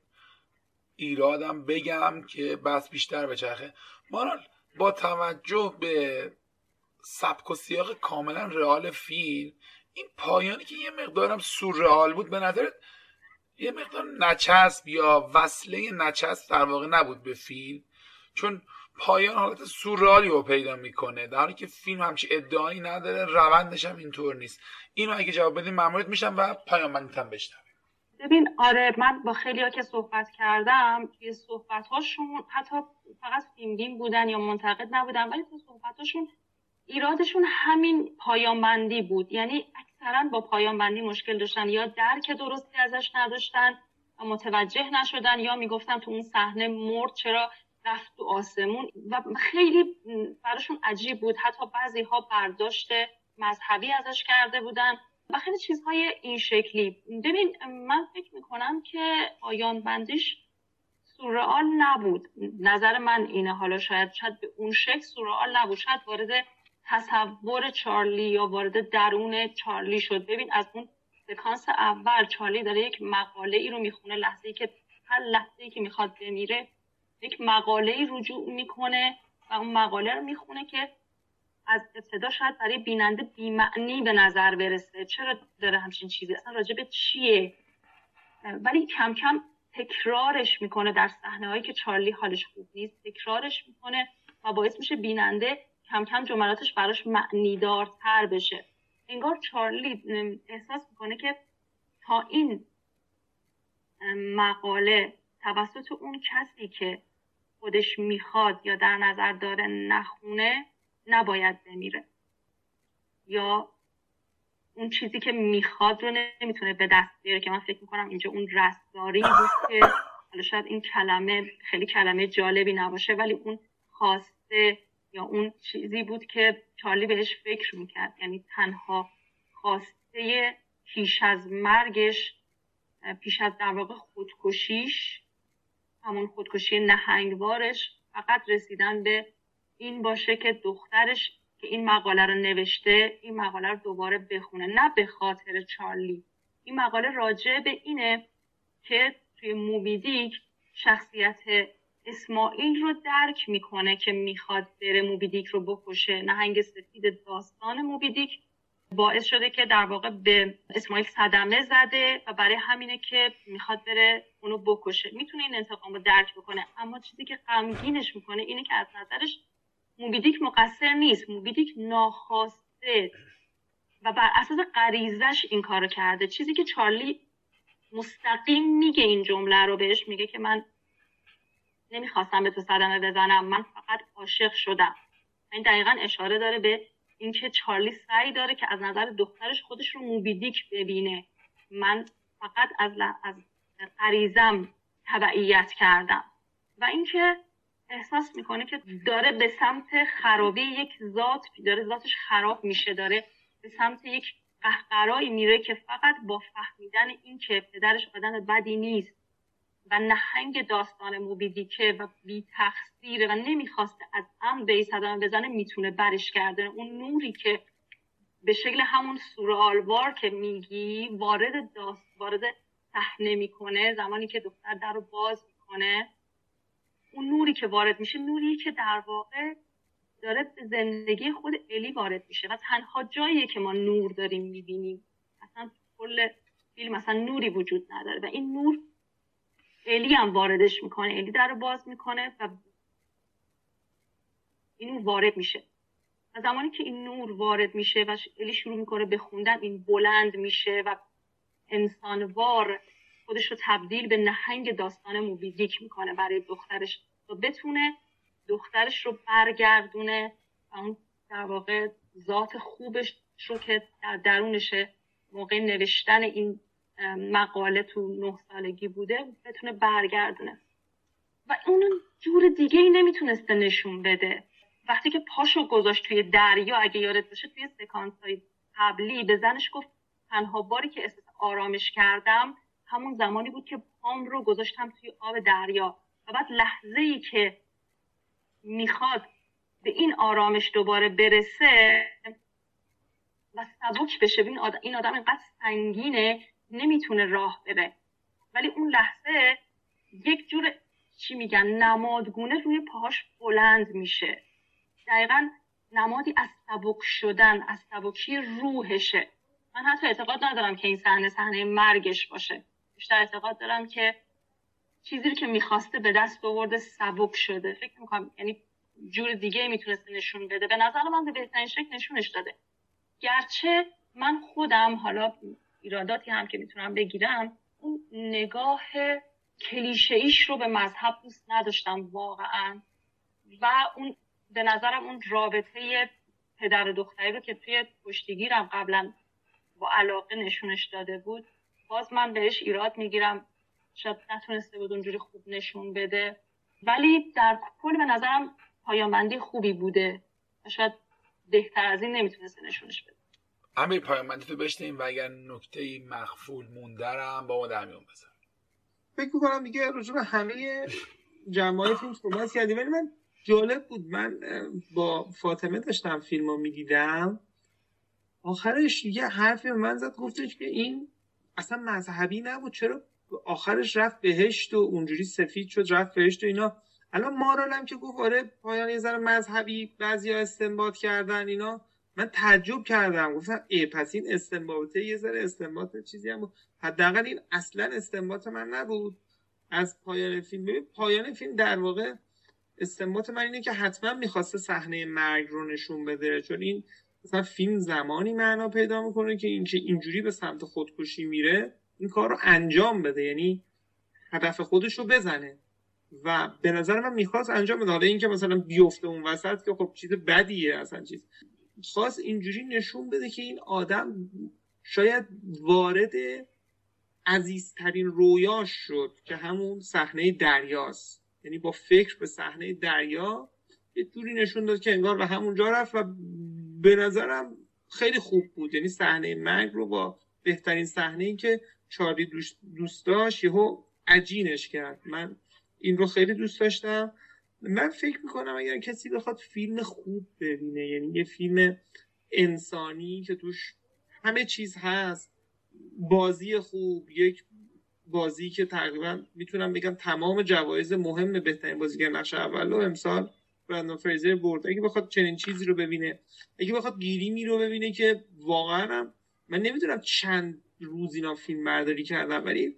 Speaker 1: ایرادم بگم که بس بیشتر بچرخه. ما با توجه به سبک و سیاق کاملا رئال فیلم، این پایانی که یه مقدارم سورئال بود، به نظرت یه مقدار نچسب یا وصله نچسب در واقع نبود به فیلم؟ چون پایان حالت سورئالی رو پیدا میکنه در حالی که فیلم همچین ادعایی نداره، روندش هم اینطور نیست. اینو اگه جواب بدین ممنونت میشم و پایان بندیتم بشنویم.
Speaker 2: ببین آره، من با خیلیا که صحبت کردم توی صحبت‌هاشون حتی فقط فیلمگین بودن یا منتقد نبودن، ولی تو صحبت‌هاشون ایرادشون همین پایان بندی بود. یعنی اکثرا با پایان بندی مشکل داشتن، یا درک درستی ازش نداشتن و متوجه نشدن، یا میگفتن تو اون صحنه مرد چرا رفت تو آسمون، و خیلی براشون عجیب بود. حتی بعضی‌ها برداشت مذهبی ازش کرده بودن و خیلی چیزهای این شکلی. ببین من فکر میکنم که پایان بندیش سورئال نبود. نظر من اینه، حالا شاید به اون شکل سورئال نبود، شاید وارد تصور چارلی یا وارد درون چارلی شد. ببین از اون سکانس اول چارلی داره یک مقاله ای رو میخونه، هر لحظه ای که میخواد بمیره یک مقاله ای رجوع میکنه و اون مقاله رو میخونه که از ابتدا شاید برای بیننده بی‌معنی به نظر برسه، چرا داره همچین چیزی، اصلا راجع به چیه، ولی کم کم تکرارش میکنه در صحنه‌هایی که چارلی حالش خوب نیست، تکرارش میکنه و باعث میشه بیننده کم کم جملاتش براش معنیدارتر بشه. انگار چارلی احساس میکنه که تا این مقاله توسط اون کسی که خودش میخواد یا در نظر داره نخونه نباید بمیره، یا اون چیزی که میخواد رو نمیتونه به دست بیاره، که من فکر میکنم اینجا اون رستگاری بود که حالا شاید این کلمه خیلی کلمه جالبی نباشه ولی اون خواسته یا اون چیزی بود که چارلی بهش فکر میکرد، یعنی تنها خواسته پیش از مرگش، پیش از در واقع خودکشیش، همون خودکشی نهنگوارش، فقط رسیدن به این باشه که دخترش که این مقاله رو نوشته این مقاله رو دوباره بخونه، نه به خاطر چارلی. این مقاله راجع به اینه که توی موبی دیک شخصیت اسماعیل رو درک میکنه که میخواد بره موبی دیک رو بکشه. نهنگ سفید داستان موبی دیک باعث شده که در واقع به اسماعیل صدمه زده و برای همینه که میخواد بره اونو بکشه. میتونه این انتقام رو درک بکنه، اما چیزی که غمگینش میکنه اینه که از نظرش موبی دیک مقصر نیست، موبی دیک ناخواسته و بر اساس غریزش این کارو کرده. چیزی که چارلی مستقیم میگه این جمله رو بهش، میگه که من نمیخواستم به تو صدمه بزنم، من فقط عاشق شدم. این دقیقاً اشاره داره به اینکه چارلی سعی داره که از نظر دخترش خودش رو موبی دیک ببینه. من فقط از غریزم تبعیت کردم. و اینکه احساس میکنه که داره به سمت خرابی یک ذات، داره ذاتش خراب میشه، داره به سمت یک قهقرایی میره که فقط با فهمیدن این که پدرش آدم بدی نیست و نهنگ داستان موبی دیکه و بی تقصیره و نمیخواسته از عمد به صدمه بزنه میتونه برش گردونه. اون نوری که به شکل همون سورئالوار که میگی وارد صحنه میکنه زمانی که دختر در رو باز میکنه، اون نوری که وارد میشه نوری که در واقع داره به زندگی خود الی وارد میشه و تنها جاییه که ما نور داریم میبینیم. اصلا کل فیلم مثلا نوری وجود نداره و این نور الی هم واردش میکنه، الی در رو باز میکنه و این نور وارد میشه و زمانی که این نور وارد میشه و الی شروع میکنه به خوندن، این بلند میشه و انسانوار خودش رو تبدیل به نهنگ داستان موبی دیک میکنه برای دخترش تا بتونه دخترش رو برگردونه و اون در واقع ذات خوبش رو که در درونشه موقع نوشتن این مقاله تو 9 سالگی بوده بتونه برگردونه. و اون جور دیگه ای نمیتونسته نشون بده. وقتی که پاشو گذاشت توی دریا، اگه یادت باشه توی سکانس های قبلی به زنش گفت تنها باری که احساس آرامش کردم همون زمانی بود که پام رو گذاشتم توی آب دریا. و بعد لحظه‌ای که میخواد به این آرامش دوباره برسه و سبک بشه، این آدم اینقدر سنگینه نمیتونه راه بره، ولی اون لحظه یک جور نمادگونه روی پاهاش بلند میشه. دقیقاً نمادی از سبک شدن، از سبکی روحشه. من حتی اعتقاد ندارم که این صحنه مرگش باشه، بیشتر اعتقاد دارم که چیزی رو که میخواسته به دست آورده، سبک شده. فکر میکنم یعنی جور دیگه میتونسته نشون بده. به نظر من به بهترین شکل نشونش داده. گرچه من خودم حالا ایراداتی هم که میتونم بگیرم، اون نگاه کلیشه‌ایش رو به مذهب دوست نداشتم واقعا. و اون به نظرم اون رابطه پدر و دختری رو که توی کشتیگیرم قبلا با علاقه نشونش داده بود، باز من بهش ایراد میگیرم. شاید نتونسته بود اونجوری خوب نشون بده، ولی در کل به نظرم پایان‌بندی خوبی بوده و شاید بهتر از این نمیتونسته نشونش بده.
Speaker 1: امیر پایان‌بندی تو بشنیم و اگر نکته‌ای مخفول موندرم با ما در میون بذار.
Speaker 3: فکر میکنم دیگه راجع به همه جنبه‌های فیلم صحبت کردیم، ولی من جالب بود، من با فاطمه داشتم فیلم رو میدیدم، آخرش یه حرفی به من زد، گفتش که این اصلا مذهبی نبود، چرا آخرش رفت بهشت و اونجوری سفید شد رفت بهشت و اینا. الان مارال هم که گفت آره پایان یه ذره مذهبی بعضیا استنباط کردن اینا، من تعجب کردم، گفتم پس این استنباطه یه ذره استنباط چیزی هم بود. حداقل این اصلا استنباط من نبود از پایان فیلم. ببین پایان فیلم در واقع استنباط من اینه که حتما میخواسته صحنه مرگ رو نشون بده، چون این مثلا فیلم زمانی معنا پیدا میکنه که اینجوری به سمت خودکشی میره این کار رو انجام بده، یعنی هدف خودش رو بزنه و به نظر من میخواست انجام بده. حالا این که مثلا بیفته اون وسط که خب چیز بدیه، اصلا چیز خواست اینجوری نشون بده که این آدم شاید وارد عزیزترین رویاش شد که همون صحنه دریاست، یعنی با فکر به صحنه دریا یه جوری نشون داد که انگار به همونجا رفت و به نظرم خیلی خوب بود. یعنی صحنه مرگ رو با بهترین صحنه‌ای که چارلی دوست داشت یهو عجینش کرد. من این رو خیلی دوست داشتم. من فکر میکنم اگر کسی بخواد فیلم خوب ببینه، یعنی یه فیلم انسانی که توش همه چیز هست، بازی خوب، یک بازی که تقریبا میتونم بگم تمام جوایز مهم بهترین بازیگر نقش اول رو امسال برندن فریزر برد، اگه بخواد چنین چیزی رو ببینه، اگه بخواد گیریمی رو ببینه که واقعا من نمیدونم چند روز اینا فیلم برداری کردن ولی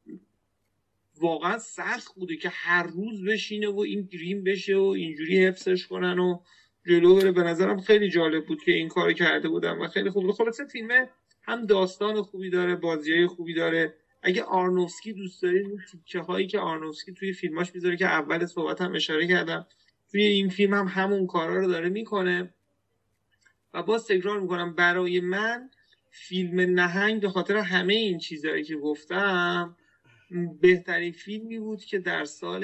Speaker 3: واقعا سخت بوده که هر روز بشینه و این گریم بشه و اینجوری حفظش کنن و جلو بره. به نظرم خیلی جالب بود که این کارو کرده بودن و خیلی خوب. خلاصه فیلم هم داستان خوبی داره، بازیای خوبی داره. اگه آرنوفسکی دوست دارید اون تیکه هایی که آرنوفسکی توی فیلماش میذاره که اول صحبت هم اشاره کردم، توی این فیلم هم همون کارا رو داره میکنه. و باز تکرار میکنم برای من فیلم نهنگ به خاطر همه این چیزایی که گفتم بهترین فیلمی بود که در سال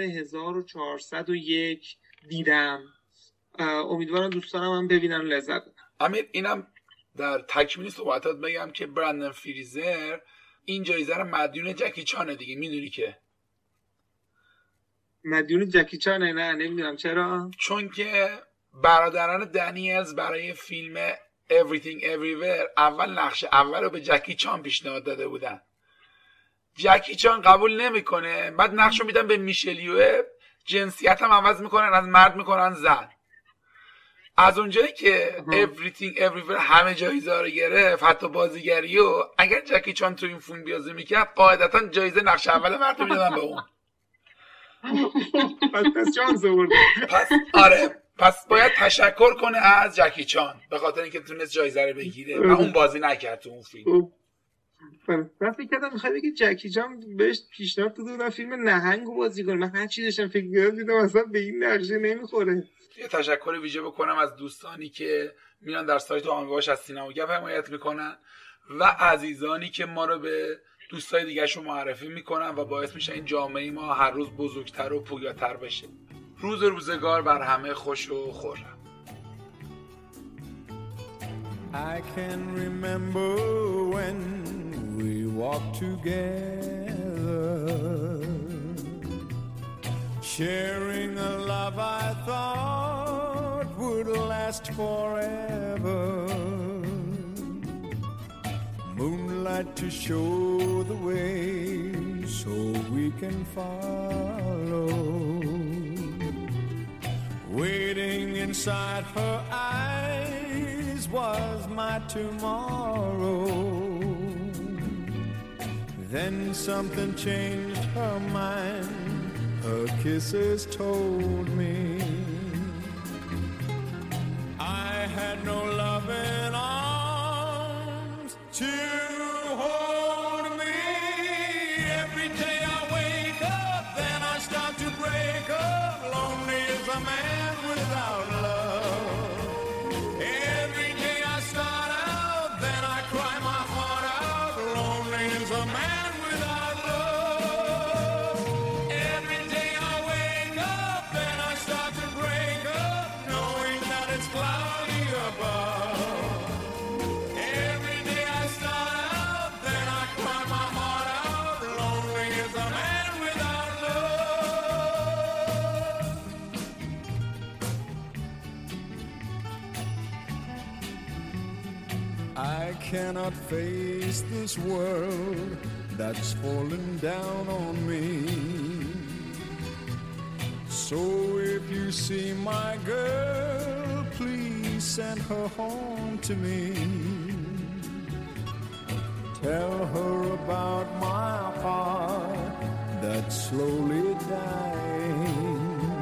Speaker 3: 1401 دیدم. امیدوارم دوستانم هم ببینن لذت ببرن.
Speaker 1: امیر اینم در تکمیل صحبتات بگم که برندن فریزر این جایزه رو مدیون جکی چانه دیگه، میدونی که
Speaker 3: مدیون جکی چانه؟ نه نمیدونم چرا.
Speaker 1: چون که برادران دنیلز برای فیلم Everything Everywhere اول نقش اول رو به جکی چان پیشنهاد داده بودن، جکی چان قبول نمیکنه، بعد نقش رو میدن به میشل یوه، جنسیت هم عوض میکنن، از مرد میکنن زن. از اونجایی که Everything Everywhere همه جایزه رو گرفت حتی بازیگری، و اگر جکی چان تو این فیلم بیازه میکرد قاعدتا جایزه نقش اول مرد رو میدادن به اون.
Speaker 3: پس چانس آورد.
Speaker 1: پس باید تشکر کنه از جکی چان به خاطر اینکه تونست جایزه رو بگیره و اون بازی نکرد تو اون فیلم.
Speaker 3: من فکر کردم میخوای بگی جکی چان بهش پیشنهاد داده بودن فیلم نهنگو بازی کنه. من هر چی داشتم فکر می‌کردم دیدم اصلا به این نقشه نمیخوره.
Speaker 1: یه تشکر ویژه بکنم از دوستانی که میرن در سایت آمگاش از سینما گپ حمایت میکنن و عزیزانی که ما رو به دوستای دیگه‌شون معرفی میکنن و باعث میشن این جامعه ما هر روز بزرگتر و پویاتر بشه. روزگار بر همه خوش و خورم.
Speaker 4: I can remember when we walked together, sharing a love I thought would last forever. Moonlight to show the way so we can follow. Waiting inside her eyes was my tomorrow. Then something changed her mind. Her kisses told me I had no loving arms to hold me. Every day I wake up, then I start to break up. Lonely as a man without love. Every day I start out, then I cry my heart out. Lonely as a man without love. Every day I wake up, then I start to break up, knowing that it's cloudy above. Every day I start out, then I cry my heart out. Lonely as a man without love. I cannot face this world that's falling down on me. So if you see my girl, please send her home to me. Tell her about my heart that's slowly dying.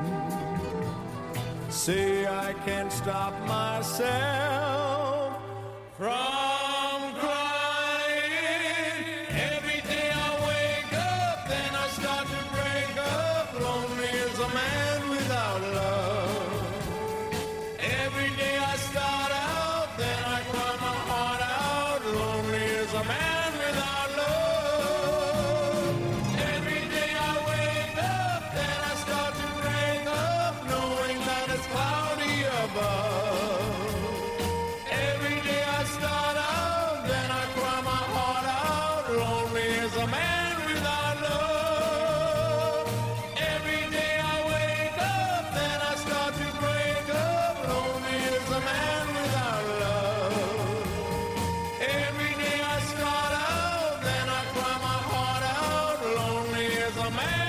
Speaker 4: Say I can't stop myself from crying. Every day I wake up, then I start to break up. Lonely as a man without love. Every day I start out, then I cry my heart out. Lonely as a man without love. Every day I wake up, then I start to break up, knowing that it's cloudy above. Every day I start out, then I cry my heart out. Lonely as a man without love. Every day I wake up, then I start to break up. Lonely as a man without love. Every day I start out, then I cry my heart out. Lonely as a man.